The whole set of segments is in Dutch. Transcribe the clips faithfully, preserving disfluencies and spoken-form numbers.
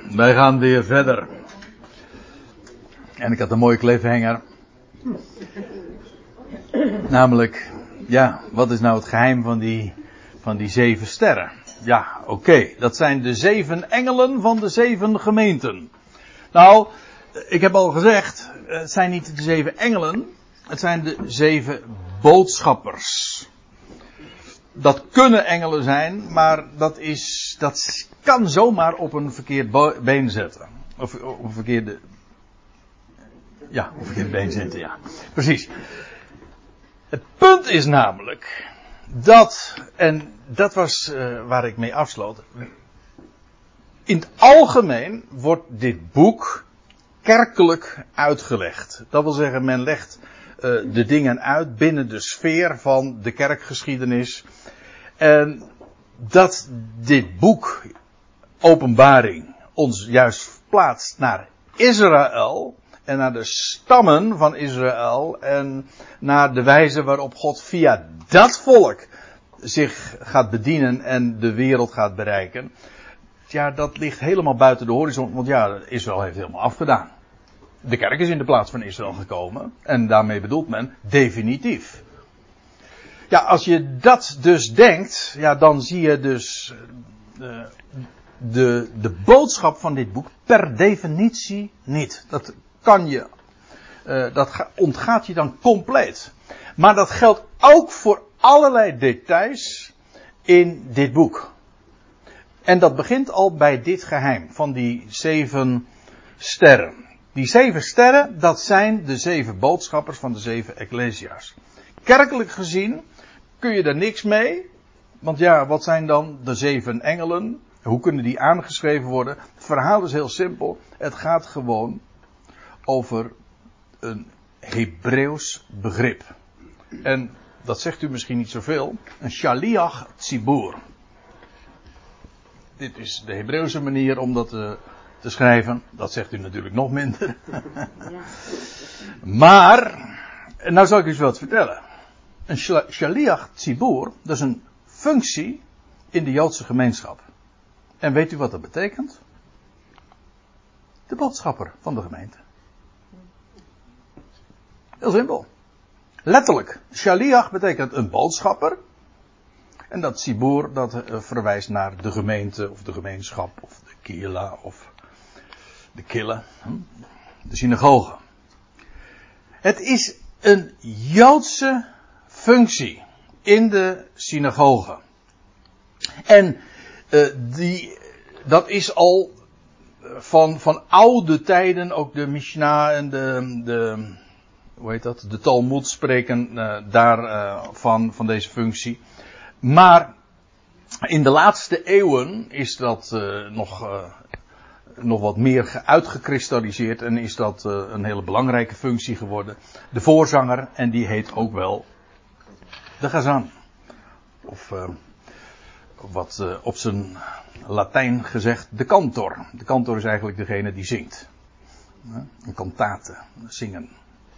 Wij gaan weer verder. En ik had een mooie cliffhanger. Namelijk, ja, wat is nou het geheim van die, van die zeven sterren? Ja, oké, okay, dat zijn de zeven engelen van de zeven gemeenten. Nou, ik heb al gezegd, het zijn niet de zeven engelen, het zijn de zeven boodschappers. Dat kunnen engelen zijn, maar dat is, dat kan zomaar op een verkeerd been zetten. Of op een verkeerde, ja, op een verkeerd been zetten, ja. Precies. Het punt is namelijk dat, en dat was uh, waar ik mee afsloot. In het algemeen wordt dit boek kerkelijk uitgelegd. Dat wil zeggen, men legt uh, de dingen uit binnen de sfeer van de kerkgeschiedenis. En dat dit boek, Openbaring, ons juist plaatst naar Israël en naar de stammen van Israël en naar de wijze waarop God via dat volk zich gaat bedienen en de wereld gaat bereiken. Ja, dat ligt helemaal buiten de horizon, want ja, Israël heeft helemaal afgedaan. De kerk is in de plaats van Israël gekomen en daarmee bedoelt men definitief. Ja, als je dat dus denkt, ja, dan zie je dus uh, de, de boodschap van dit boek per definitie niet. Dat kan je, uh, dat ga, ontgaat je dan compleet. Maar dat geldt ook voor allerlei details in dit boek. En dat begint al bij dit geheim van die zeven sterren. Die zeven sterren, dat zijn de zeven boodschappers van de zeven ecclesia's. Kerkelijk gezien kun je er niks mee. Want ja, wat zijn dan de zeven engelen? Hoe kunnen die aangeschreven worden? Het verhaal is heel simpel. Het gaat gewoon over een Hebreeuws begrip. En dat zegt u misschien niet zoveel. Een shaliach tzibur. Dit is de Hebreeuwse manier om dat te, te schrijven. Dat zegt u natuurlijk nog minder. Maar, nou zal ik u eens wat vertellen. Een shaliach tzibur, dat is een functie in de Joodse gemeenschap. En weet u wat dat betekent? De boodschapper van de gemeente. Heel simpel. Letterlijk. Shaliach betekent een boodschapper. En dat tzibur, dat uh, verwijst naar de gemeente of de gemeenschap of de kila of de kille. Hm? De synagoge. Het is een Joodse functie in de synagoge. En uh, die, dat is al van, van oude tijden, ook de Mishnah en de, de hoe heet dat, de Talmud spreken uh, daar uh, van, van deze functie. Maar in de laatste eeuwen is dat uh, nog, uh, nog wat meer uitgekristalliseerd en is dat uh, een hele belangrijke functie geworden. De voorzanger, en die heet ook wel de Gazan. Of uh, wat uh, op zijn Latijn gezegd, de kantor. De kantor is eigenlijk degene die zingt. Uh, een kantate, zingen.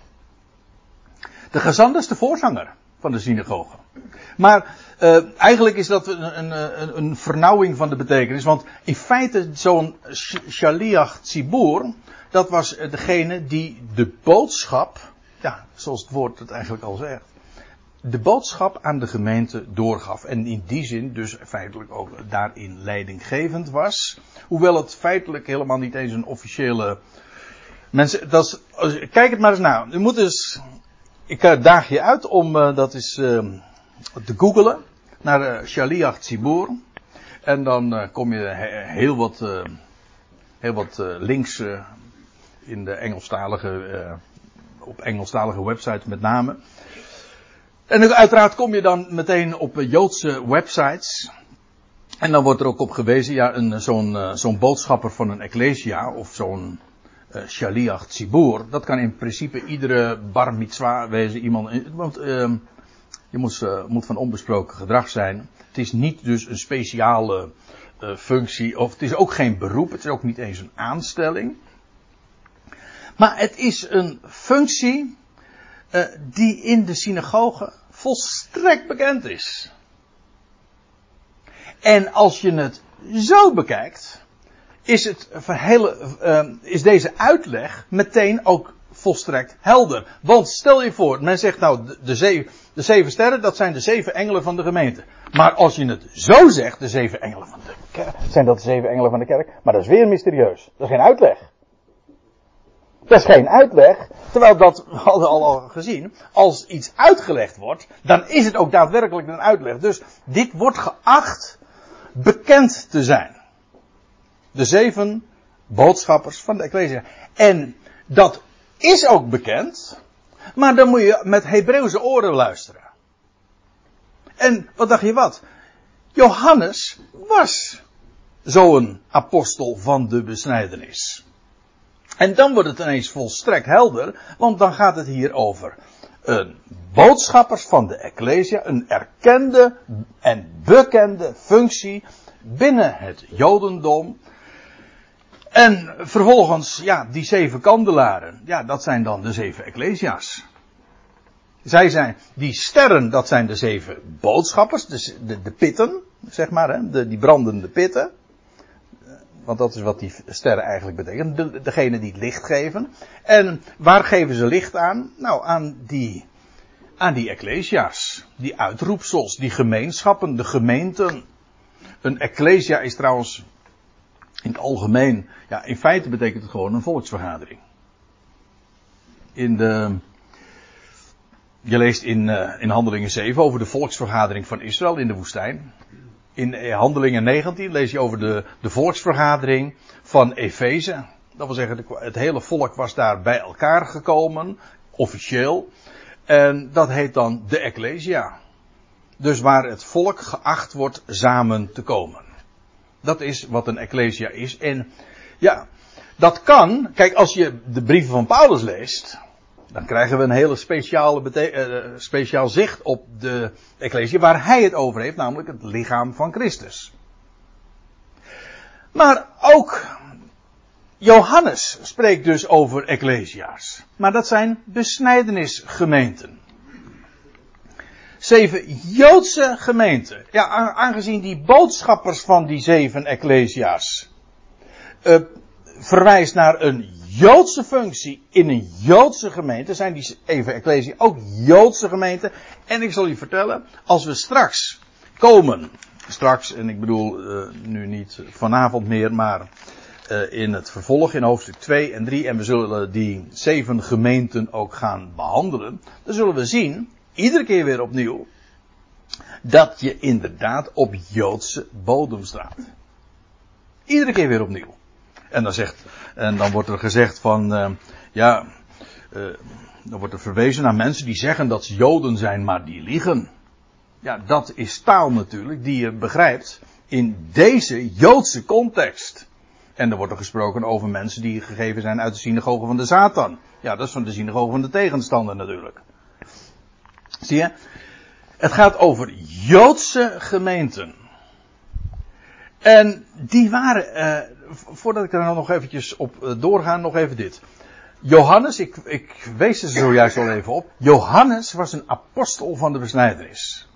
De Gazan is de voorzanger van de synagoge. Maar uh, eigenlijk is dat een, een, een vernauwing van de betekenis. Want in feite zo'n shaliach tzibur, dat was degene die de boodschap, ja, zoals het woord het eigenlijk al zegt, de boodschap aan de gemeente doorgaf. En in die zin dus feitelijk ook daarin leidinggevend was. Hoewel het feitelijk helemaal niet eens een officiële mensen, dat is, kijk het maar eens na. U moet dus, ik daag je uit om uh, dat is uh, te googelen naar uh, shaliach tzibur. En dan uh, kom je he, heel wat, uh, heel wat uh, links uh, in de Engelstalige, uh, op Engelstalige websites met name. En uiteraard kom je dan meteen op uh, Joodse websites. En dan wordt er ook op gewezen, ja, een, zo'n, uh, zo'n boodschapper van een ecclesia of zo'n Uh, shaliach tzibur, dat kan in principe iedere bar mitzwa wezen, iemand, want uh, je moet, uh, moet van onbesproken gedrag zijn. Het is niet dus een speciale uh, functie, of het is ook geen beroep, het is ook niet eens een aanstelling. Maar het is een functie uh, die in de synagoge volstrekt bekend is. En als je het zo bekijkt, is, het hele, uh, is deze uitleg meteen ook volstrekt helder. Want stel je voor, men zegt nou de, de, zeven, de zeven sterren, dat zijn de zeven engelen van de gemeente. Maar als je het zo zegt, de zeven engelen van de kerk, zijn dat de zeven engelen van de kerk? Maar dat is weer mysterieus. Dat is geen uitleg. Dat is geen uitleg, terwijl dat, we hadden al, al gezien, als iets uitgelegd wordt, dan is het ook daadwerkelijk een uitleg. Dus dit wordt geacht bekend te zijn. De zeven boodschappers van de Ecclesia. En dat is ook bekend, maar dan moet je met Hebreeuwse oren luisteren. En wat dacht je wat? Johannes was zo'n apostel van de besnijdenis. En dan wordt het ineens volstrekt helder, want dan gaat het hier over een boodschappers van de Ecclesia, een erkende en bekende functie binnen het Jodendom. En vervolgens, ja, die zeven kandelaren, ja, dat zijn dan de zeven Ecclesia's. Zij zijn, die sterren, dat zijn de zeven boodschappers, de, de, de pitten, zeg maar, hè, de, die brandende pitten. Want dat is wat die sterren eigenlijk betekenen. De, degene die het licht geven. En waar geven ze licht aan? Nou, aan die, aan die Ecclesia's. Die uitroepsels, die gemeenschappen, de gemeenten. Een Ecclesia is trouwens in het algemeen, ja, in feite betekent het gewoon een volksvergadering. In de, je leest in, uh, in Handelingen zeven over de volksvergadering van Israël in de woestijn. In Handelingen negentien lees je over de, de volksvergadering van Efeze. Dat wil zeggen, het hele volk was daar bij elkaar gekomen, officieel. En dat heet dan de Ecclesia. Dus waar het volk geacht wordt samen te komen. Dat is wat een Ecclesia is. En ja, dat kan. Kijk, als je de brieven van Paulus leest, dan krijgen we een hele speciale bete- uh, speciaal zicht op de Ecclesia waar hij het over heeft, namelijk het lichaam van Christus. Maar ook Johannes spreekt dus over Ecclesia's. Maar dat zijn besnijdenisgemeenten. Zeven Joodse gemeenten. Ja, aangezien die boodschappers van die zeven Ecclesia's uh, verwijst naar een Joodse functie in een Joodse gemeente, zijn die even Ecclesia ook Joodse gemeenten. En ik zal je vertellen, als we straks komen, straks, en ik bedoel uh, nu niet vanavond meer, maar uh, in het vervolg in hoofdstuk twee en drie, en we zullen die zeven gemeenten ook gaan behandelen, dan zullen we zien, iedere keer weer opnieuw, dat je inderdaad op Joodse bodem staat. Iedere keer weer opnieuw. En dan zegt, en dan wordt er gezegd van, uh, ja, uh, dan wordt er verwezen naar mensen die zeggen dat ze Joden zijn, maar die liegen. Ja, dat is taal natuurlijk, die je begrijpt in deze Joodse context. En er wordt er gesproken over mensen die gegeven zijn uit de synagoge van de Satan. Ja, dat is van de synagoge van de tegenstander natuurlijk. Zie je? Het gaat over Joodse gemeenten. En die waren, uh, voordat ik er nou nog eventjes op uh, doorga, nog even dit. Johannes, ik, ik wees er zojuist al even op. Johannes was een apostel van de besnijdenis.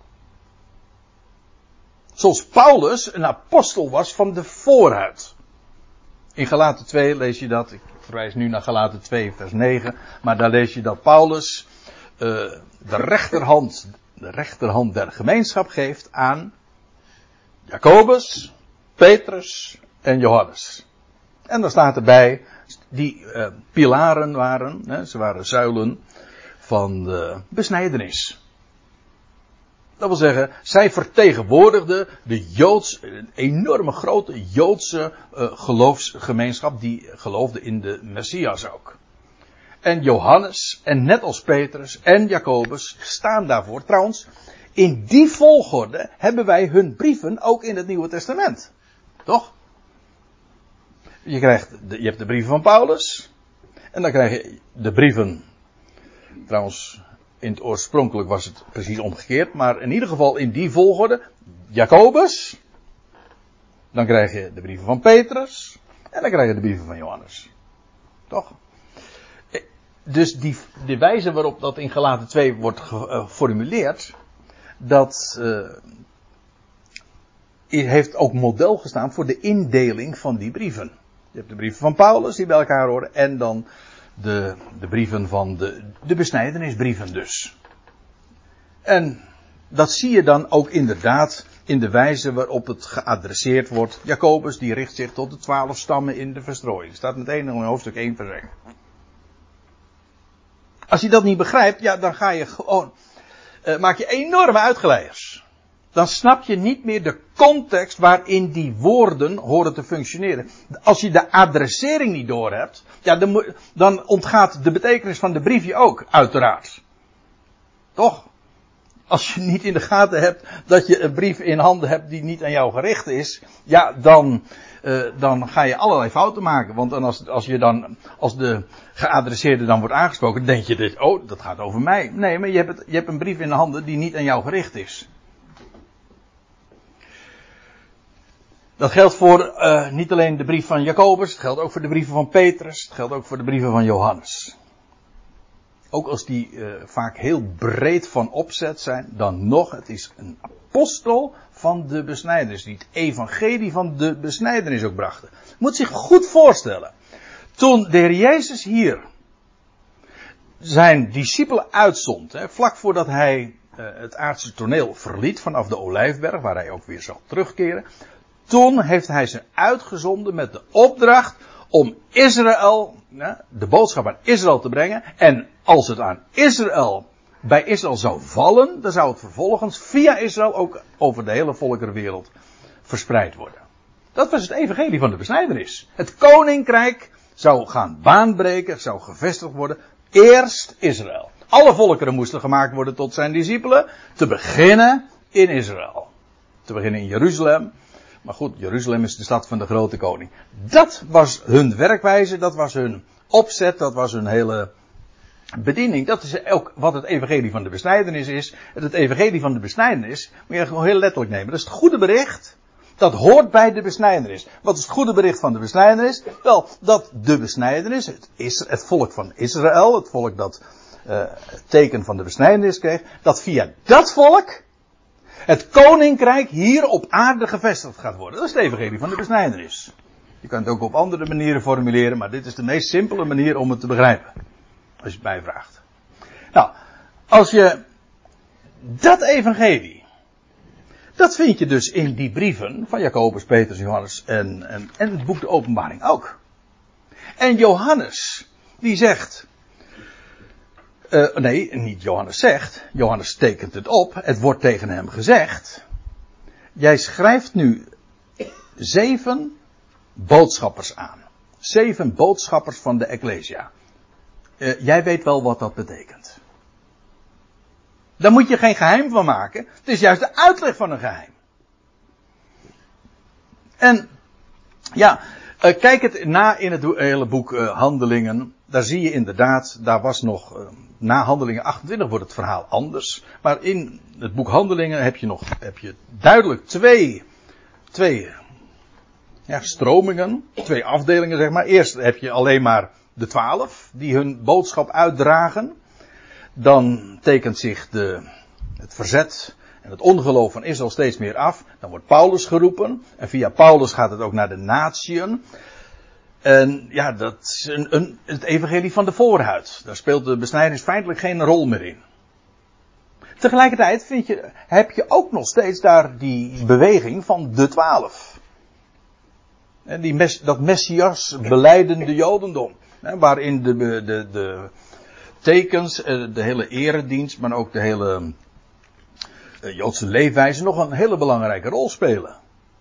Zoals Paulus een apostel was van de voorhuid. In Galaten twee lees je dat, ik verwijs nu naar Galaten twee vers negen, maar daar lees je dat Paulus uh, de rechterhand, de rechterhand der gemeenschap geeft aan Jacobus, Petrus en Johannes. En dan staat erbij, die uh, pilaren waren, hè, ze waren zuilen van de besnijdenis. Dat wil zeggen, zij vertegenwoordigden de Joods, een enorme grote Joodse uh, geloofsgemeenschap die geloofde in de Messias ook. En Johannes, en net als Petrus en Jacobus, staan daarvoor. Trouwens, in die volgorde hebben wij hun brieven ook in het Nieuwe Testament. Toch? Je krijgt, de, je hebt de brieven van Paulus. En dan krijg je de brieven, trouwens, in het oorspronkelijk was het precies omgekeerd, maar in ieder geval in die volgorde, Jacobus, dan krijg je de brieven van Petrus, en dan krijg je de brieven van Johannes. Toch? Dus die, de wijze waarop dat in Galaten twee wordt geformuleerd, dat uh, heeft ook model gestaan voor de indeling van die brieven. Je hebt de brieven van Paulus die bij elkaar horen. En dan de, de brieven van de, de besnijdenisbrieven dus. En dat zie je dan ook inderdaad in de wijze waarop het geadresseerd wordt. Jacobus die richt zich tot de twaalf stammen in de verstrooiing. Staat meteen in hoofdstuk één vers één. Als je dat niet begrijpt, ja, dan ga je gewoon, uh, maak je enorme uitgeleiders. Dan snap je niet meer de context waarin die woorden horen te functioneren. Als je de adressering niet doorhebt, ja, dan, dan ontgaat de betekenis van de briefje ook, uiteraard. Toch? Als je niet in de gaten hebt dat je een brief in handen hebt die niet aan jou gericht is, ja, dan, uh, dan ga je allerlei fouten maken. Want dan als, als je dan, als de geadresseerde dan wordt aangesproken, denk je dus, oh, dat gaat over mij. Nee, maar je hebt, het, je hebt een brief in de handen die niet aan jou gericht is. Dat geldt voor uh, niet alleen de brief van Jacobus, het geldt ook voor de brieven van Petrus, het geldt ook voor de brieven van Johannes. Ook als die uh, vaak heel breed van opzet zijn, dan nog, het is een apostel van de besnijdenis, die het evangelie van de besnijdenis ook brachten. Je moet zich goed voorstellen, toen de Heer Jezus hier zijn discipelen uitzond, hè, vlak voordat hij uh, het aardse toneel verliet vanaf de Olijfberg, waar hij ook weer zal terugkeren, toen heeft hij ze uitgezonden met de opdracht om Israël, de boodschap aan Israël te brengen. En als het aan Israël, bij Israël zou vallen, dan zou het vervolgens via Israël ook over de hele volkerenwereld verspreid worden. Dat was het evangelie van de besnijdenis. Het koninkrijk zou gaan baanbreken, zou gevestigd worden. Eerst Israël. Alle volkeren moesten gemaakt worden tot zijn discipelen. Te beginnen in Israël. Te beginnen in Jeruzalem. Maar goed, Jeruzalem is de stad van de grote koning. Dat was hun werkwijze, dat was hun opzet, dat was hun hele bediening. Dat is ook wat het evangelie van de besnijdenis is. Het evangelie van de besnijdenis moet je gewoon heel letterlijk nemen. Dat is het goede bericht. Dat hoort bij de besnijdenis. Wat is het goede bericht van de besnijdenis? Wel, dat de besnijdenis, het, is, het volk van Israël, het volk dat uh, het teken van de besnijdenis kreeg, dat via dat volk het koninkrijk hier op aarde gevestigd gaat worden. Dat is het evangelie van de besnijdenis. Je kan het ook op andere manieren formuleren, maar dit is de meest simpele manier om het te begrijpen. Als je het mij vraagt. Nou, als je dat evangelie, dat vind je dus in die brieven van Jacobus, Petrus, Johannes en, en, en het boek de Openbaring ook. En Johannes, die zegt, Uh, nee, niet Johannes zegt. Johannes tekent het op. Het wordt tegen hem gezegd. Jij schrijft nu zeven boodschappers aan. Zeven boodschappers van de Ecclesia. Uh, jij weet wel wat dat betekent. Daar moet je geen geheim van maken. Het is juist de uitleg van een geheim. En ja, uh, kijk het na in het hele boek uh, Handelingen. Daar zie je inderdaad, daar was nog... Uh, Na Handelingen achtentwintig wordt het verhaal anders. Maar in het boek Handelingen heb je nog heb je duidelijk twee, twee ja, stromingen, twee afdelingen zeg maar. Eerst heb je alleen maar de twaalf die hun boodschap uitdragen. Dan tekent zich de, het verzet en het ongeloof van Israël steeds meer af. Dan wordt Paulus geroepen. En via Paulus gaat het ook naar de natieën. En ja, dat is een, een, het evangelie van de voorhuid. Daar speelt de besnijdenis feitelijk geen rol meer in. Tegelijkertijd vind je, heb je ook nog steeds daar die beweging van de twaalf. En die mes, dat Messias belijdende Jodendom. Hè, waarin de, de, de tekens, de hele eredienst, maar ook de hele Joodse leefwijze nog een hele belangrijke rol spelen.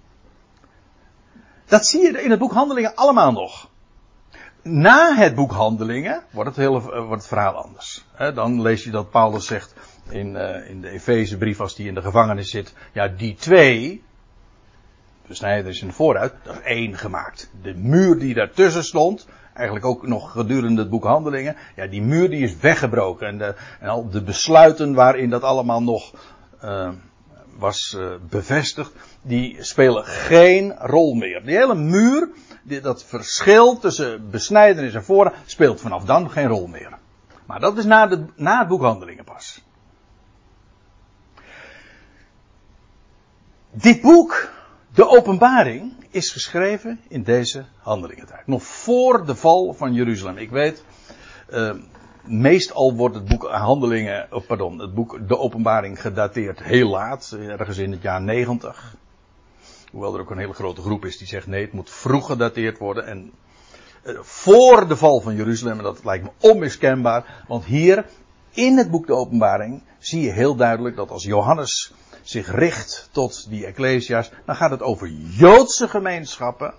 Dat zie je in het boek Handelingen allemaal nog. Na het boek Handelingen wordt het, hele, wordt het verhaal anders. He, dan lees je dat Paulus zegt in, uh, in de Efezebrief als hij in de gevangenis zit. Ja, die twee, besnijdenis en vooruit, dat is één gemaakt. De muur die daartussen stond, eigenlijk ook nog gedurende het boek Handelingen. Ja, die muur die is weggebroken. En, de, en al de besluiten waarin dat allemaal nog... Uh, was uh, bevestigd, die spelen geen rol meer. Die hele muur, die, dat verschil tussen besnijdenis en vooruit, speelt vanaf dan geen rol meer. Maar dat is na, de, na het boek Handelingen pas. Dit boek, de Openbaring, is geschreven in deze handelingentijd. Nog voor de val van Jeruzalem. Ik weet, uh, meestal wordt het boek Handelingen, oh pardon, het boek De Openbaring gedateerd heel laat, ergens in het jaar negentig. Hoewel er ook een hele grote groep is die zegt nee, het moet vroeg gedateerd worden. En uh, voor de val van Jeruzalem, en dat lijkt me onmiskenbaar, want hier in het boek De Openbaring zie je heel duidelijk dat als Johannes zich richt tot die ecclesia's, dan gaat het over Joodse gemeenschappen,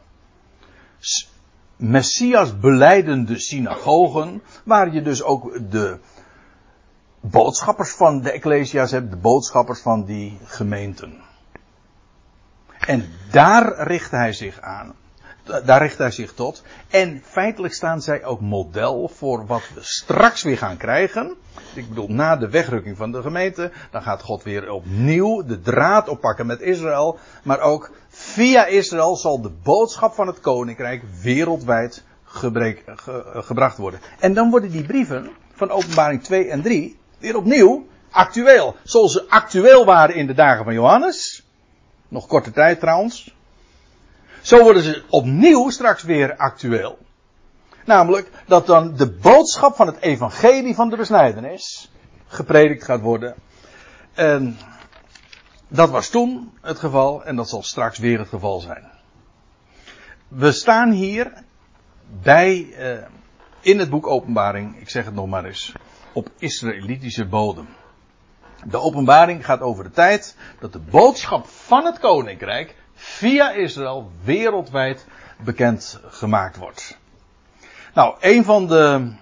Messias belijdende synagogen, waar je dus ook de boodschappers van de ecclesia's hebt, de boodschappers van die gemeenten. En daar richt hij zich aan. Daar richt hij zich tot. En feitelijk staan zij ook model voor wat we straks weer gaan krijgen. Ik bedoel, na de wegrukking van de gemeente, dan gaat God weer opnieuw de draad oppakken met Israël. Maar ook via Israël zal de boodschap van het koninkrijk wereldwijd gebrek, ge, gebracht worden. En dan worden die brieven van Openbaring twee en drie weer opnieuw actueel. Zoals ze actueel waren in de dagen van Johannes. Nog korte tijd trouwens. Zo worden ze opnieuw straks weer actueel. Namelijk dat dan de boodschap van het evangelie van de besnijdenis gepredikt gaat worden. En dat was toen het geval en dat zal straks weer het geval zijn. We staan hier bij, uh, in het boek Openbaring, ik zeg het nog maar eens, op Israëlitische bodem. De Openbaring gaat over de tijd dat de boodschap van het koninkrijk via Israël wereldwijd bekend gemaakt wordt. Nou, een van de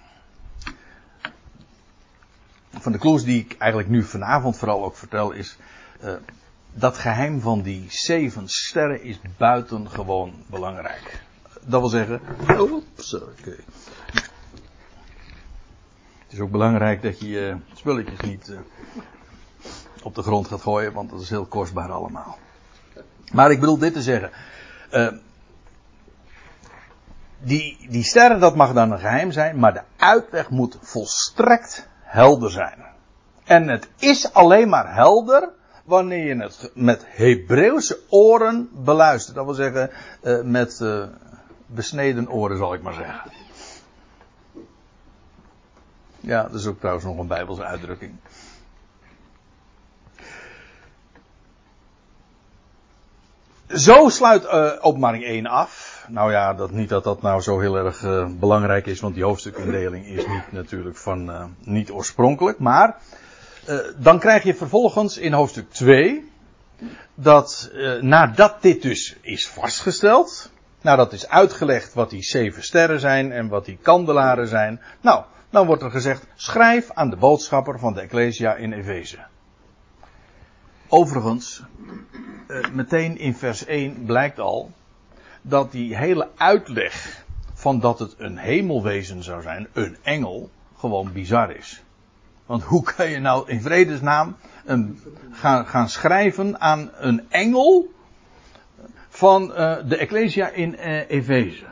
van de clues die ik eigenlijk nu vanavond vooral ook vertel is uh, dat geheim van die zeven sterren is buitengewoon belangrijk. Dat wil zeggen, oeps, okay. Het is ook belangrijk dat je je spulletjes niet uh, op de grond gaat gooien, want dat is heel kostbaar allemaal. Maar ik bedoel dit te zeggen. Uh, die, die sterren, dat mag dan een geheim zijn, maar de uitleg moet volstrekt helder zijn. En het is alleen maar helder wanneer je het met Hebreeuwse oren beluistert. Dat wil zeggen, uh, met uh, besneden oren zal ik maar zeggen. Ja, dat is ook trouwens nog een Bijbelse uitdrukking. Zo sluit uh, Openbaring één af. Nou ja, dat, niet dat dat nou zo heel erg uh, belangrijk is, want die hoofdstukindeling is niet natuurlijk van uh, niet oorspronkelijk. Maar uh, dan krijg je vervolgens in hoofdstuk twee dat uh, nadat dit dus is vastgesteld, nadat is uitgelegd wat die zeven sterren zijn en wat die kandelaren zijn, nou, dan wordt er gezegd, schrijf aan de boodschapper van de Ecclesia in Efeze. Overigens, uh, meteen in vers één blijkt al dat die hele uitleg van dat het een hemelwezen zou zijn, een engel, gewoon bizar is. Want hoe kan je nou in vredesnaam een, gaan, gaan schrijven aan een engel van uh, de Ecclesia in uh, Efeze?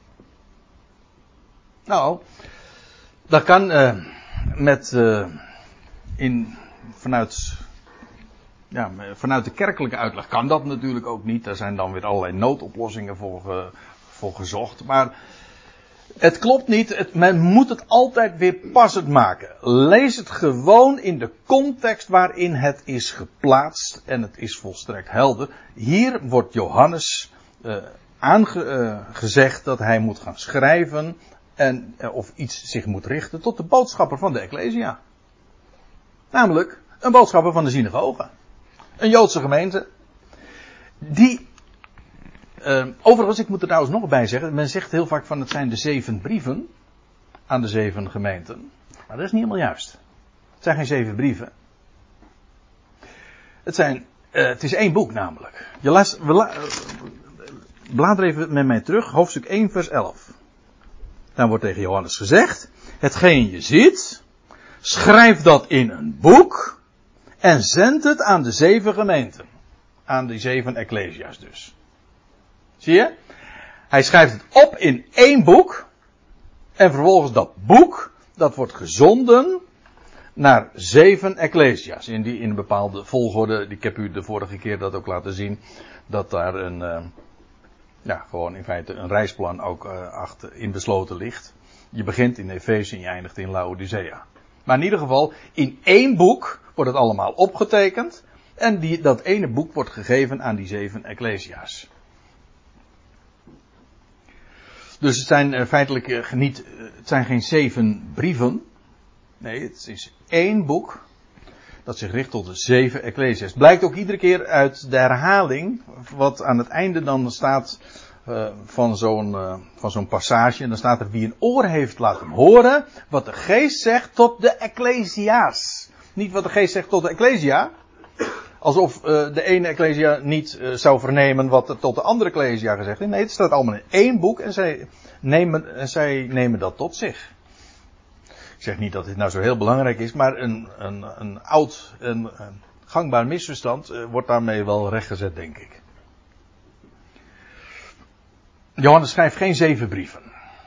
Nou, dat kan uh, met uh, in vanuit Ja, vanuit de kerkelijke uitleg kan dat natuurlijk ook niet. Daar zijn dan weer allerlei noodoplossingen voor, ge, voor gezocht. Maar het klopt niet. Het, men moet het altijd weer passend maken. Lees het gewoon in de context waarin het is geplaatst. En het is volstrekt helder. Hier wordt Johannes uh, aangezegd uh, dat hij moet gaan schrijven. En, uh, of iets zich moet richten tot de boodschapper van de Ecclesia. Namelijk een boodschapper van de synagoge. Een Joodse gemeente. Die. Uh, overigens, ik moet er trouwens nog bij zeggen. Men zegt heel vaak van het zijn de zeven brieven. Aan de zeven gemeenten. Maar dat is niet helemaal juist. Het zijn geen zeven brieven. Het zijn. Uh, het is één boek namelijk. Je las, we la, uh, blader even met mij terug. Hoofdstuk één vers elf. Daar wordt tegen Johannes gezegd. Hetgeen je ziet. Schrijf dat in een boek. En zend het aan de zeven gemeenten. Aan die zeven ecclesia's dus. Zie je? Hij schrijft het op in één boek. En vervolgens dat boek, dat wordt gezonden naar zeven ecclesia's. In, die, in een bepaalde volgorde. Ik heb u de vorige keer dat ook laten zien. Dat daar een, uh, ja, gewoon in feite een reisplan ook uh, achter in besloten ligt. Je begint in Efeze en je eindigt in Laodicea. Maar in ieder geval, in één boek wordt het allemaal opgetekend. En die, dat ene boek wordt gegeven aan die zeven Ecclesia's. Dus het zijn uh, feitelijk uh, niet, uh, het zijn geen zeven brieven. Nee, het is één boek dat zich richt tot de zeven Ecclesia's. Blijkt ook iedere keer uit de herhaling, wat aan het einde dan staat uh, van zo'n uh, van zo'n passage. En dan staat er: wie een oor heeft, laat hem horen wat de geest zegt tot de Ecclesia's. Niet wat de geest zegt tot de Ecclesia. Alsof uh, de ene Ecclesia niet uh, zou vernemen wat er tot de andere Ecclesia gezegd is. Nee, het staat allemaal in één boek en zij nemen, en zij nemen dat tot zich. Ik zeg niet dat dit nou zo heel belangrijk is, maar een, een, een oud, een, een gangbaar misverstand uh, wordt daarmee wel rechtgezet, denk ik. Johannes schrijft geen zeven brieven.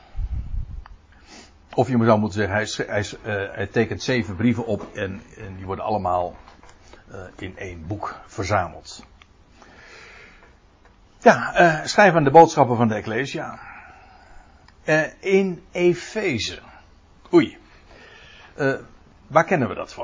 Of je zou moeten zeggen, hij, sch- hij, uh, hij tekent zeven brieven op en, en die worden allemaal uh, in één boek verzameld. Ja, uh, schrijf aan de boodschappen van de Ecclesia. Uh, in Efeze. Oei. Uh, waar kennen we dat van?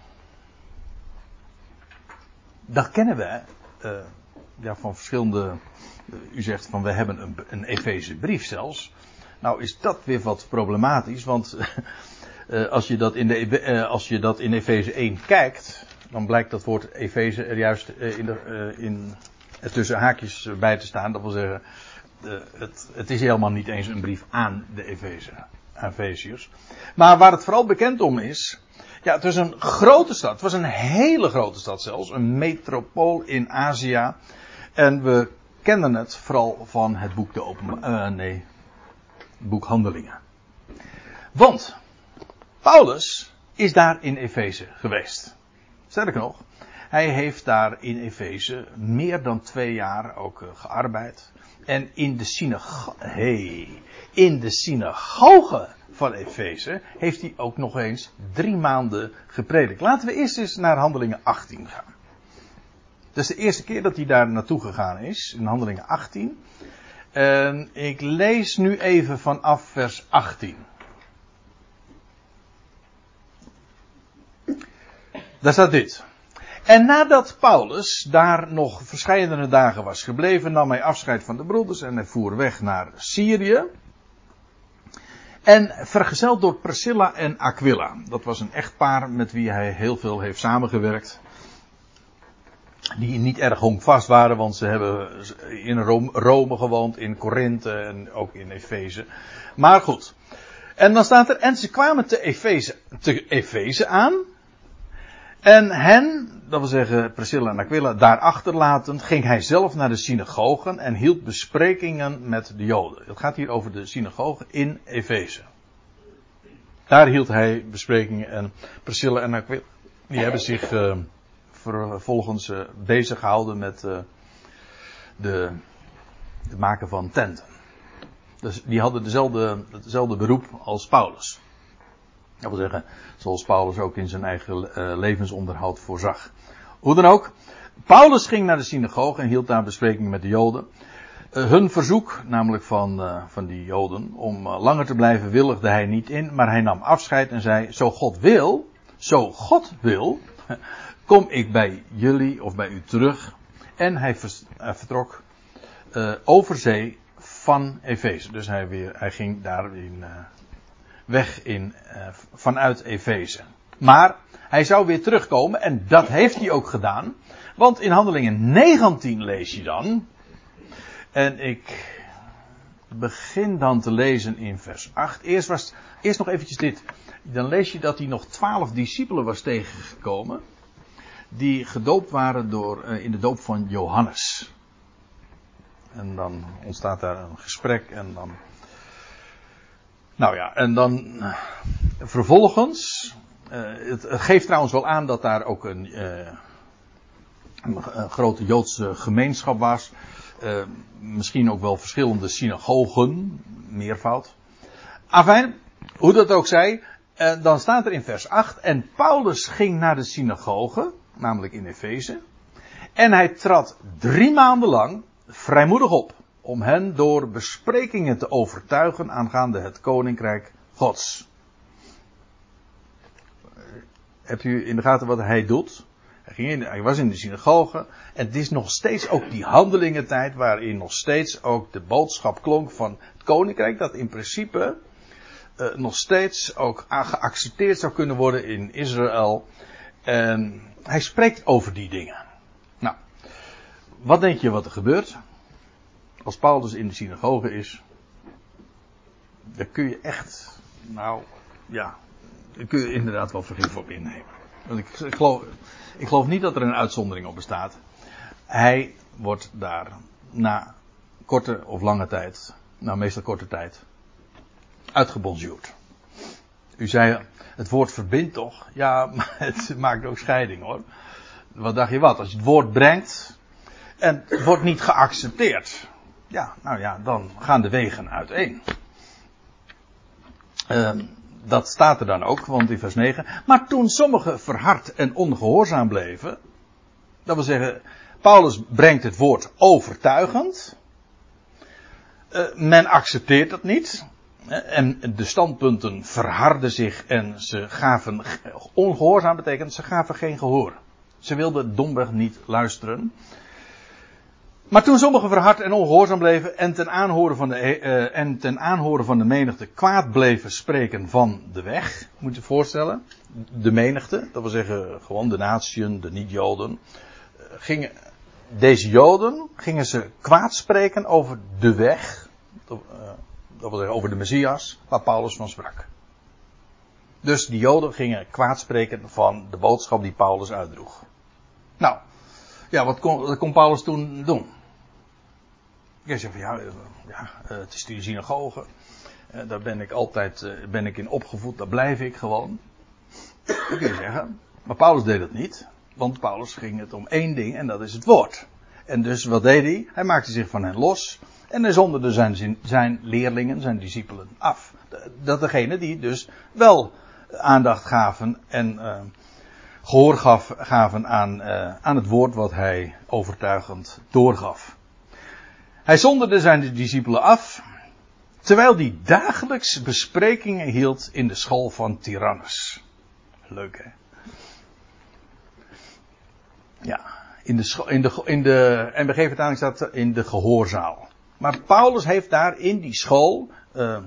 Dat kennen we uh, ja, van verschillende. Uh, u zegt van we hebben een, een Efezebrief zelfs. Nou is dat weer wat problematisch, want uh, als je dat in de uh, als je dat in Efeze één kijkt, dan blijkt dat woord Efeze er juist uh, in, de, uh, in uh, tussen haakjes bij te staan. Dat wil zeggen, uh, het, het is helemaal niet eens een brief aan de Efeze. Efeziërs. Maar waar het vooral bekend om is, ja, het was een grote stad. Het was een hele grote stad zelfs. Een metropool in Azië. En we kennen het vooral van het boek de openba- uh, nee, het boek Handelingen. Want Paulus is daar in Efeze geweest. Sterker nog, hij heeft daar in Efeze meer dan twee jaar ook uh, gearbeid. En in de synagoge, hey, in de synagoge van Efeze heeft hij ook nog eens drie maanden gepredikt. Laten we eerst eens naar Handelingen achttien gaan. Dat is de eerste keer dat hij daar naartoe gegaan is, in Handelingen achttien. En ik lees nu even vanaf vers achttien. Daar staat dit. En nadat Paulus daar nog verscheidene dagen was gebleven, nam hij afscheid van de broeders en hij voer weg naar Syrië. En vergezeld door Priscilla en Aquila. Dat was een echtpaar met wie hij heel veel heeft samengewerkt. Die niet erg hongvast waren, want ze hebben in Rome gewoond, in Korinthe en ook in Efeze. Maar goed. En dan staat er, en ze kwamen te Efeze, te Efeze aan. En hen, dat wil zeggen Priscilla en Aquila, daar achterlatend, ging hij zelf naar de synagogen en hield besprekingen met de Joden. Het gaat hier over de synagogen in Efeze. Daar hield hij besprekingen en Priscilla en Aquila, die hebben zich uh, vervolgens uh, bezig gehouden met uh, de, het maken van tenten. Dus die hadden dezelfde, hetzelfde beroep als Paulus. Dat wil zeggen, zoals Paulus ook in zijn eigen uh, levensonderhoud voorzag. Hoe dan ook, Paulus ging naar de synagoge en hield daar besprekingen met de Joden. Uh, hun verzoek, namelijk van, uh, van die Joden, om uh, langer te blijven willigde hij niet in, maar hij nam afscheid en zei, zo God wil, zo God wil, kom ik bij jullie of bij u terug. En hij vertrok uh, over zee van Efeze. Dus hij, weer, hij ging daar in, uh, weg in, uh, vanuit Efeze. Maar hij zou weer terugkomen en dat heeft hij ook gedaan. Want in Handelingen negentien lees je dan. En ik begin dan te lezen in vers acht. Eerst, was, eerst nog eventjes dit. Dan lees je dat hij nog twaalf discipelen was tegengekomen. Die gedoopt waren door, uh, in de doop van Johannes. En dan ontstaat daar een gesprek en dan... Nou ja, en dan uh, vervolgens... Uh, het, het geeft trouwens wel aan dat daar ook een, uh, een, een grote Joodse gemeenschap was. Uh, misschien ook wel verschillende synagogen, meervoud. Afijn, hoe dat ook zij, uh, dan staat er in vers acht... En Paulus ging naar de synagoge, namelijk in Efeze. En hij trad drie maanden lang vrijmoedig op. om hen door besprekingen te overtuigen aangaande het koninkrijk Gods. Hebt u in de gaten wat hij doet? Hij, ging in, hij was in de synagoge. En het is nog steeds ook die handelingentijd waarin nog steeds ook de boodschap klonk van het koninkrijk. Dat in principe uh, nog steeds ook geaccepteerd zou kunnen worden in Israël. En hij spreekt over die dingen. Nou, wat denk je wat er gebeurt? Als Paulus in de synagoge is, dan kun je echt, nou ja, daar kun je inderdaad wel vergif op innemen. Want ik, ik, geloof, ik geloof niet dat er een uitzondering op bestaat. Hij wordt daar na korte of lange tijd, nou meestal korte tijd, uitgebonjourd. U zei, het woord verbindt toch? Ja, maar het maakt ook scheiding hoor. Wat dacht je wat? Als je het woord brengt en het wordt niet geaccepteerd. Ja, nou ja, dan gaan de wegen uiteen. Uh, dat staat er dan ook, want in vers negen. Maar toen sommigen verhard en ongehoorzaam bleven. Dat wil zeggen, Paulus brengt het woord overtuigend. Uh, men accepteert het niet. En de standpunten verharden zich en ze gaven, ongehoorzaam betekent, ze gaven geen gehoor. Ze wilden domweg niet luisteren. Maar toen sommigen verhard en ongehoorzaam bleven en ten aanhoren van de, uh, en ten aanhoren van de menigte kwaad bleven spreken van de weg, moet je je voorstellen, de menigte, dat wil zeggen gewoon de natieën, de niet-Joden, uh, gingen, deze Joden gingen ze kwaad spreken over de weg, uh, dat wil zeggen over de Messias, waar Paulus van sprak. Dus die Joden gingen kwaad spreken van de boodschap die Paulus uitdroeg. Nou, ja, wat kon, wat kon Paulus toen doen? Jij zegt van ja, ja, het is die synagoge. Daar ben ik altijd ben ik in opgevoed, daar blijf ik gewoon. Dat kun je zeggen. Maar Paulus deed dat niet. Want Paulus ging het om één ding en dat is het woord. En dus wat deed hij? Hij maakte zich van hen los. En hij zonderde zijn, zijn leerlingen, zijn discipelen af. Dat degene die dus wel aandacht gaven en uh, gehoor gaf, gaven aan, uh, aan het woord wat hij overtuigend doorgaf. Hij zonderde zijn discipelen af, terwijl hij dagelijks besprekingen hield in de school van Tyrannus. Leuk hè? Ja, in de, scho- in de, in de N B G-vertaling staat in de gehoorzaal. Maar Paulus heeft daar in die school, uh,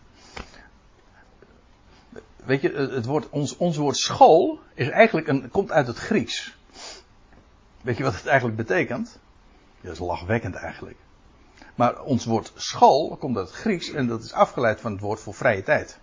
weet je, het woord, ons, ons woord school is eigenlijk een, komt uit het Grieks. Weet je wat het eigenlijk betekent? Ja, dat is lachwekkend eigenlijk. Maar ons woord school komt uit het Grieks en dat is afgeleid van het woord voor vrije tijd.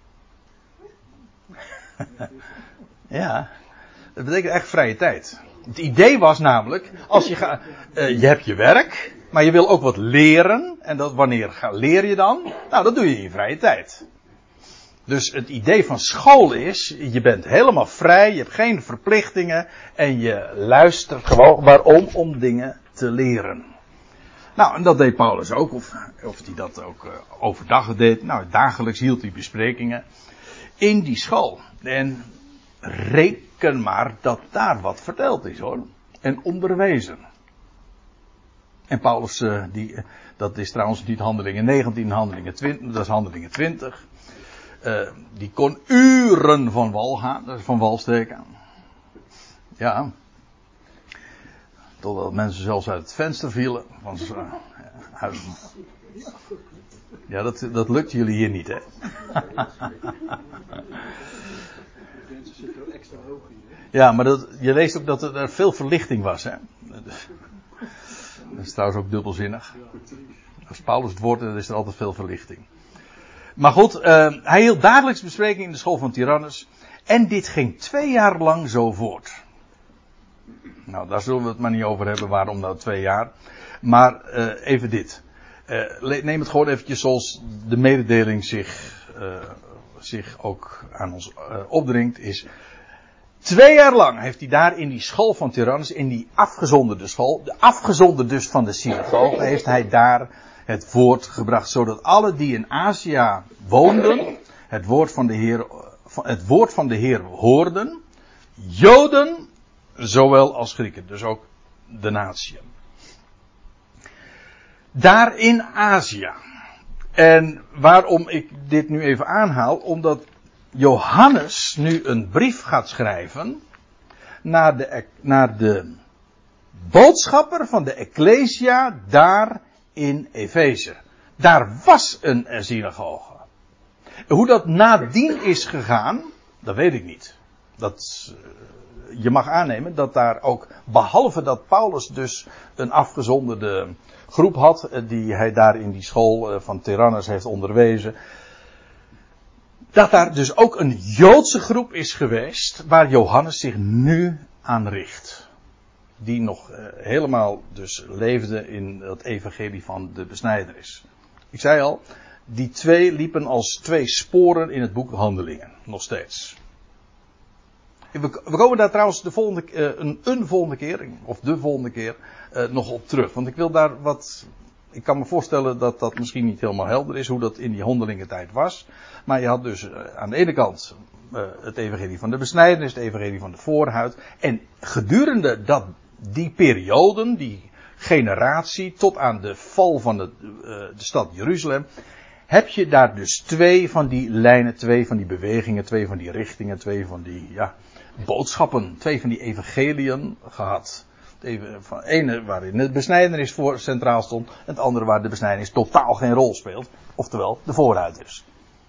Ja, dat betekent echt vrije tijd. Het idee was namelijk, als je gaat, uh, je hebt je werk, maar je wil ook wat leren. En dat, wanneer ga, leer je dan? Nou, dat doe je in je vrije tijd. Dus het idee van school is, je bent helemaal vrij, je hebt geen verplichtingen en je luistert gewoon waarom om dingen te leren. Nou, en dat deed Paulus ook, of, of hij dat ook uh, overdag deed. Nou, dagelijks hield hij besprekingen in die school. En reken maar dat daar wat verteld is hoor. En onderwezen. En Paulus, uh, die, uh, dat is trouwens niet handelingen negentien, handelingen twintig, dat is handelingen twintig. Uh, die kon uren van wal gaan, van wal steken. Ja. Totdat mensen zelfs uit het venster vielen. Van, uh, uit, ja, dat, dat lukt jullie hier niet, hè? Ja, maar dat, je leest ook dat er veel verlichting was, hè? Dat is trouwens ook dubbelzinnig. Als Paulus het woord, dan is er altijd veel verlichting. Maar goed, uh, hij hield dagelijks besprekingen in de school van Tyrannus. En dit ging twee jaar lang zo voort. Nou, daar zullen we het maar niet over hebben, waarom nou twee jaar. Maar uh, even dit. Uh, neem het gewoon eventjes zoals de mededeling zich, uh, zich ook aan ons uh, opdringt. Is twee jaar lang heeft hij daar in die school van Tyrannus, in die afgezonderde school, de afgezonderd dus van de synagoge, heeft hij daar het woord gebracht, zodat alle die in Azië woonden, het woord van de Heer, het woord van de Heer hoorden, Joden, zowel als Grieken, dus ook de natieën. daar in Azië. En waarom ik dit nu even aanhaal, omdat Johannes nu een brief gaat schrijven naar de, naar de boodschapper van de Ecclesia daar in Efeze. Daar was een synagoge. Hoe dat nadien is gegaan, dat weet ik niet. Dat, je mag aannemen dat daar ook, behalve dat Paulus dus een afgezonderde groep had, die hij daar in die school van Tyrannus heeft onderwezen, dat daar dus ook een Joodse groep is geweest waar Johannes zich nu aan richt. Die nog uh, helemaal dus leefde in het evangelie van de besnijdenis. Ik zei al, die twee liepen als twee sporen in het boek Handelingen. Nog steeds. We, we komen daar trouwens de volgende, uh, een, een volgende keer, of de volgende keer, uh, nog op terug. Want ik wil daar wat... Ik kan me voorstellen dat dat misschien niet helemaal helder is, hoe dat in die Handelingentijd was. Maar je had dus uh, aan de ene kant uh, het evangelie van de besnijdenis, het evangelie van de voorhuid. En gedurende dat, die perioden, die generatie, tot aan de val van de, uh, de stad Jeruzalem, heb je daar dus twee van die lijnen, twee van die bewegingen, twee van die richtingen, twee van die ja, boodschappen, twee van die evangeliën gehad. Het ene waarin de besnijdenis voor centraal stond, het andere waar de besnijdenis totaal geen rol speelt, oftewel de voorhuid dus.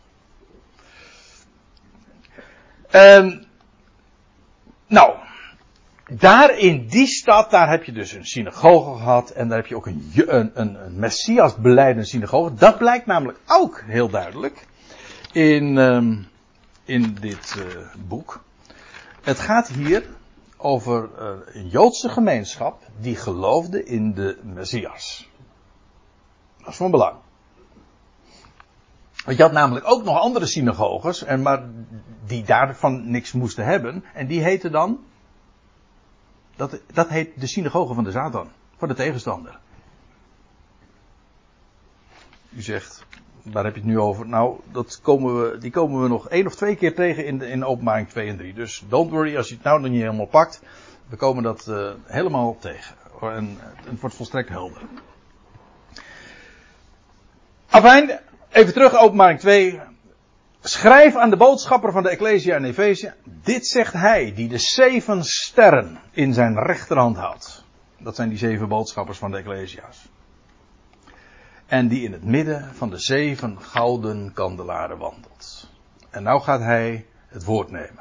Um, nou, daar in die stad, daar heb je dus een synagoge gehad en daar heb je ook een, een, een, een Messias belijdende synagoge. Dat blijkt namelijk ook heel duidelijk in, um, in dit uh, boek. Het gaat hier over uh, een Joodse gemeenschap die geloofde in de Messias. Dat is van belang. Want je had namelijk ook nog andere synagoges, en maar die daarvan niks moesten hebben. En die heten dan, dat, dat heet de synagoge van de Satan, van de tegenstander. U zegt, waar heb je het nu over? Nou, dat komen we, die komen we nog één of twee keer tegen in, de, in Openbaring twee en drie. Dus don't worry als je het nou nog niet helemaal pakt. We komen dat uh, helemaal tegen. En het wordt volstrekt helder. Afijn, even terug, Openbaring twee. Schrijf aan de boodschapper van de Ecclesia in Efeze. Dit zegt hij, die de zeven sterren in zijn rechterhand houdt. Dat zijn die zeven boodschappers van de Ecclesia's. En die in het midden van de zeven gouden kandelaren wandelt. En nou gaat hij het woord nemen.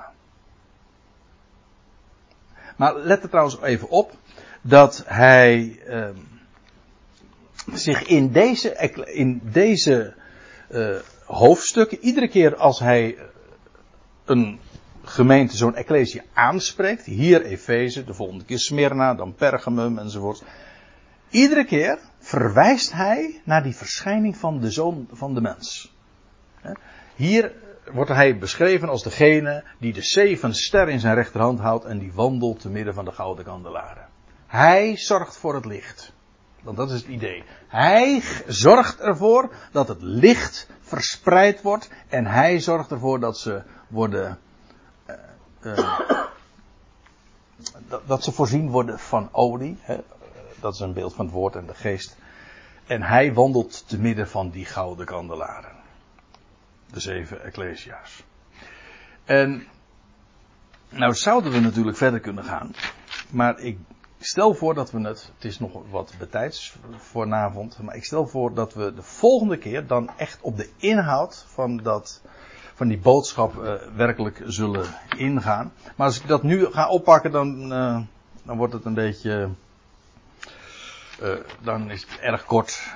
Maar let er trouwens even op dat hij eh, zich in deze, in deze uh, hoofdstukken, iedere keer als hij een gemeente, zo'n ecclesia aanspreekt, hier Efeze, de volgende keer Smyrna, dan Pergamum enzovoort. Iedere keer verwijst hij naar die verschijning van de Zoon van de Mens. Hier wordt hij beschreven als degene die de zeven sterren in zijn rechterhand houdt en die wandelt te midden van de gouden kandelaren. Hij zorgt voor het licht. Want dat is het idee. Hij zorgt ervoor dat het licht verspreid wordt en hij zorgt ervoor dat ze worden uh, uh, dat, dat ze voorzien worden van olie. Hè? Dat is een beeld van het woord en de geest. En hij wandelt te midden van die gouden kandelaren. De zeven ecclesia's. En nou zouden we natuurlijk verder kunnen gaan. Maar ik stel voor dat we het, het is nog wat betijds voor vanavond. Maar ik stel voor dat we de volgende keer dan echt op de inhoud van dat, van die boodschap uh, werkelijk zullen ingaan. Maar als ik dat nu ga oppakken dan, uh, dan wordt het een beetje... Uh, dan is het erg kort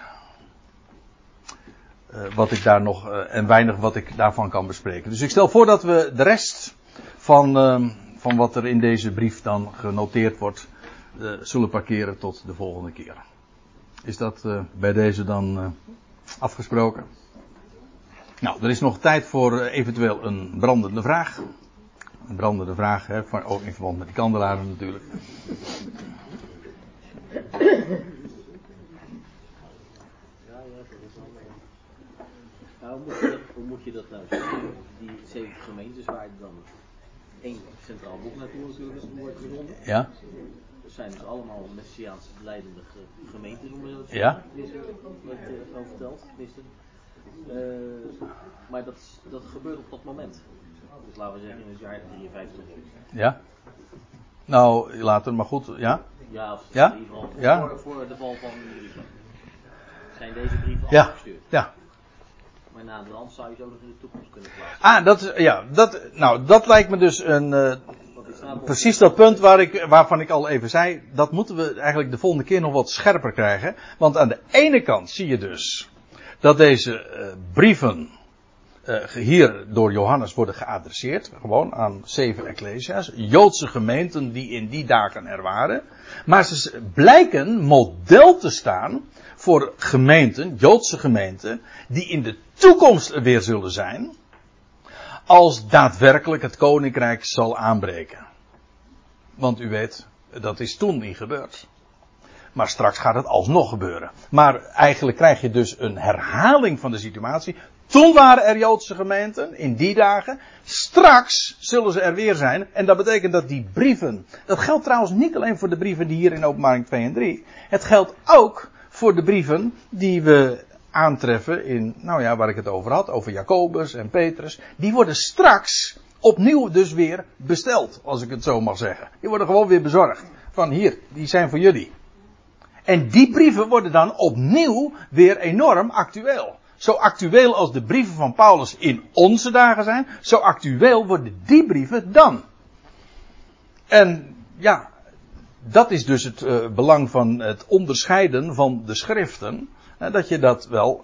uh, wat ik daar nog uh, en weinig wat ik daarvan kan bespreken. Dus ik stel voor dat we de rest van, uh, van wat er in deze brief dan genoteerd wordt uh, zullen parkeren tot de volgende keer. Is dat uh, bij deze dan uh, afgesproken? Nou, er is nog tijd voor uh, eventueel een brandende vraag. Een brandende vraag, hè, voor, ook in verband met die kandelaren natuurlijk. Nou, hoe moet je dat, hoe moet je dat nou zeggen? Die zeven gemeentes waar je dan één centraal boek naartoe natuurlijk wordt gezonden. Ja. Het zijn dus allemaal Messiaanse leidende ge- gemeenten, noemen we dat. Ja. Is er wat je over vertelt. Tenminste. Uh, maar dat, dat gebeurt op dat moment. Dus laten we zeggen in het jaar drieënvijftig. Ja. Nou, later, maar goed, ja. Ja, of ja? in ieder geval voor, ja? voor, voor de val van Jeruzalem. Zijn deze brieven ja. afgestuurd. Ja. Maar na de rand zou je zo nog in de toekomst kunnen plaatsen. Ah, dat is, ja, dat, nou, dat lijkt me dus een, uh, precies dat punt waar ik, waarvan ik al even zei, dat moeten we eigenlijk de volgende keer nog wat scherper krijgen. Want aan de ene kant zie je dus dat deze uh, brieven uh, hier door Johannes worden geadresseerd, gewoon aan zeven ecclesia's, Joodse gemeenten die in die dagen er waren. Maar ze blijken model te staan voor gemeenten, Joodse gemeenten, die in de toekomst er weer zullen zijn, als daadwerkelijk het koninkrijk zal aanbreken. Want u weet, dat is toen niet gebeurd. Maar straks gaat het alsnog gebeuren. Maar eigenlijk krijg je dus een herhaling van de situatie. Toen waren er Joodse gemeenten, in die dagen. Straks zullen ze er weer zijn. En dat betekent dat die brieven, dat geldt trouwens niet alleen voor de brieven die hier in Openbaring twee en drie. Het geldt ook voor de brieven die we aantreffen in, nou ja, waar ik het over had, over Jacobus en Petrus. Die worden straks opnieuw dus weer besteld, als ik het zo mag zeggen. Die worden gewoon weer bezorgd. Van hier, die zijn voor jullie. En die brieven worden dan opnieuw weer enorm actueel. Zo actueel als de brieven van Paulus in onze dagen zijn, zo actueel worden die brieven dan. En ja, dat is dus het uh, belang van het onderscheiden van de schriften. Uh, dat je dat wel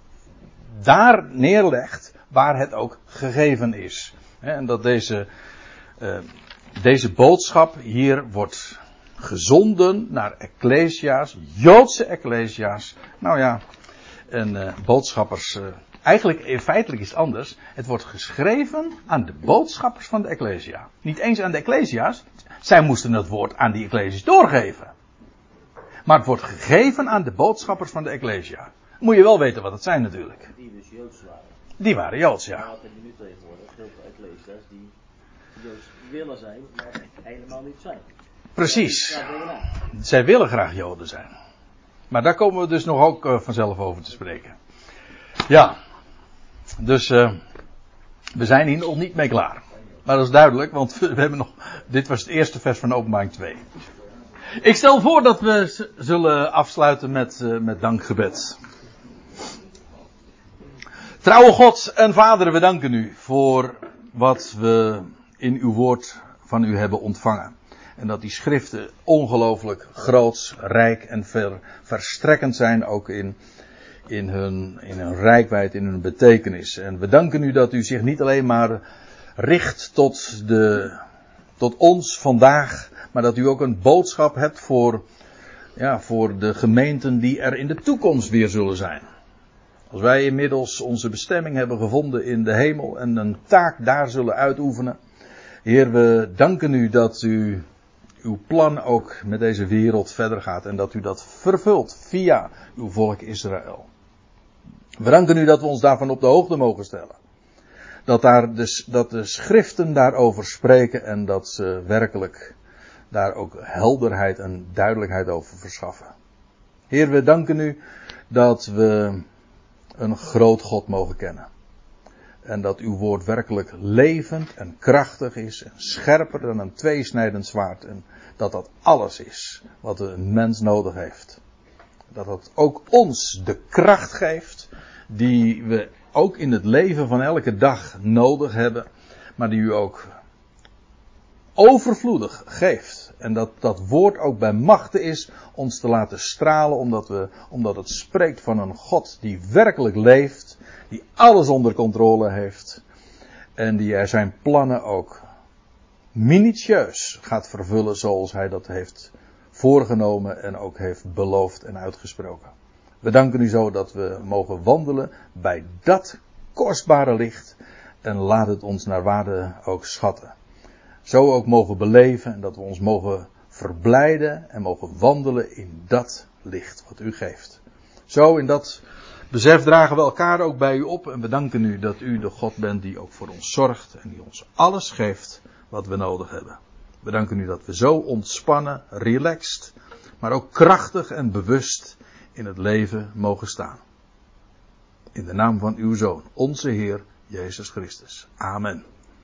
daar neerlegt waar het ook gegeven is. Uh, en dat deze, uh, deze boodschap hier wordt gezonden naar ecclesia's, Joodse ecclesia's. Nou ja, en uh, boodschappers. Uh, eigenlijk, feitelijk is het anders. Het wordt geschreven aan de boodschappers van de ecclesia. Niet eens aan de ecclesia's. Zij moesten het woord aan die ecclesia's doorgeven. Maar het wordt gegeven aan de boodschappers van de ecclesia. Moet je wel weten wat het zijn natuurlijk. Die dus Joods waren. Die waren Joods, ja. Maar wat heb je nu tegenwoordig? Heel veel ecclesia's die Joods willen zijn, maar helemaal niet zijn. Precies. Zij willen graag Joden zijn. Maar daar komen we dus nog ook uh, vanzelf over te spreken. Ja. Dus uh, we zijn hier nog niet mee klaar. Maar dat is duidelijk, want we hebben nog. Dit was het eerste vers van Openbaring twee. Ik stel voor dat we z- zullen afsluiten met, uh, met dankgebed. Trouwe God en Vader, we danken u voor wat we in uw woord van u hebben ontvangen. En dat die schriften ongelooflijk groots, rijk en ver, verstrekkend zijn, ook in, in, hun, in hun rijkwijd, in hun betekenis. En we danken u dat u zich niet alleen maar richt tot, de, tot ons vandaag, maar dat u ook een boodschap hebt voor, ja, voor de gemeenten die er in de toekomst weer zullen zijn. Als wij inmiddels onze bestemming hebben gevonden in de hemel en een taak daar zullen uitoefenen. Heer, we danken u dat u uw plan ook met deze wereld verder gaat en dat u dat vervult via uw volk Israël. We danken u dat we ons daarvan op de hoogte mogen stellen. Dat, daar de, dat de schriften daarover spreken en dat ze werkelijk daar ook helderheid en duidelijkheid over verschaffen. Heer, we danken u dat we een groot God mogen kennen. En dat uw woord werkelijk levend en krachtig is en scherper dan een tweesnijdend zwaard. En dat dat alles is wat een mens nodig heeft. Dat dat ook ons de kracht geeft die we ook in het leven van elke dag nodig hebben. Maar die u ook overvloedig geeft. En dat dat woord ook bij machte is ons te laten stralen. Omdat, we, omdat het spreekt van een God die werkelijk leeft. Die alles onder controle heeft. En die er zijn plannen ook minutieus gaat vervullen zoals hij dat heeft voorgenomen en ook heeft beloofd en uitgesproken. We danken u zo dat we mogen wandelen bij dat kostbare licht en laat het ons naar waarde ook schatten. Zo ook mogen beleven en dat we ons mogen verblijden en mogen wandelen in dat licht wat u geeft. Zo in dat besef dragen we elkaar ook bij u op en we danken u dat u de God bent die ook voor ons zorgt en die ons alles geeft wat we nodig hebben. We danken u dat we zo ontspannen, relaxed, maar ook krachtig en bewust in het leven mogen staan. In de naam van uw Zoon, onze Heer Jezus Christus. Amen.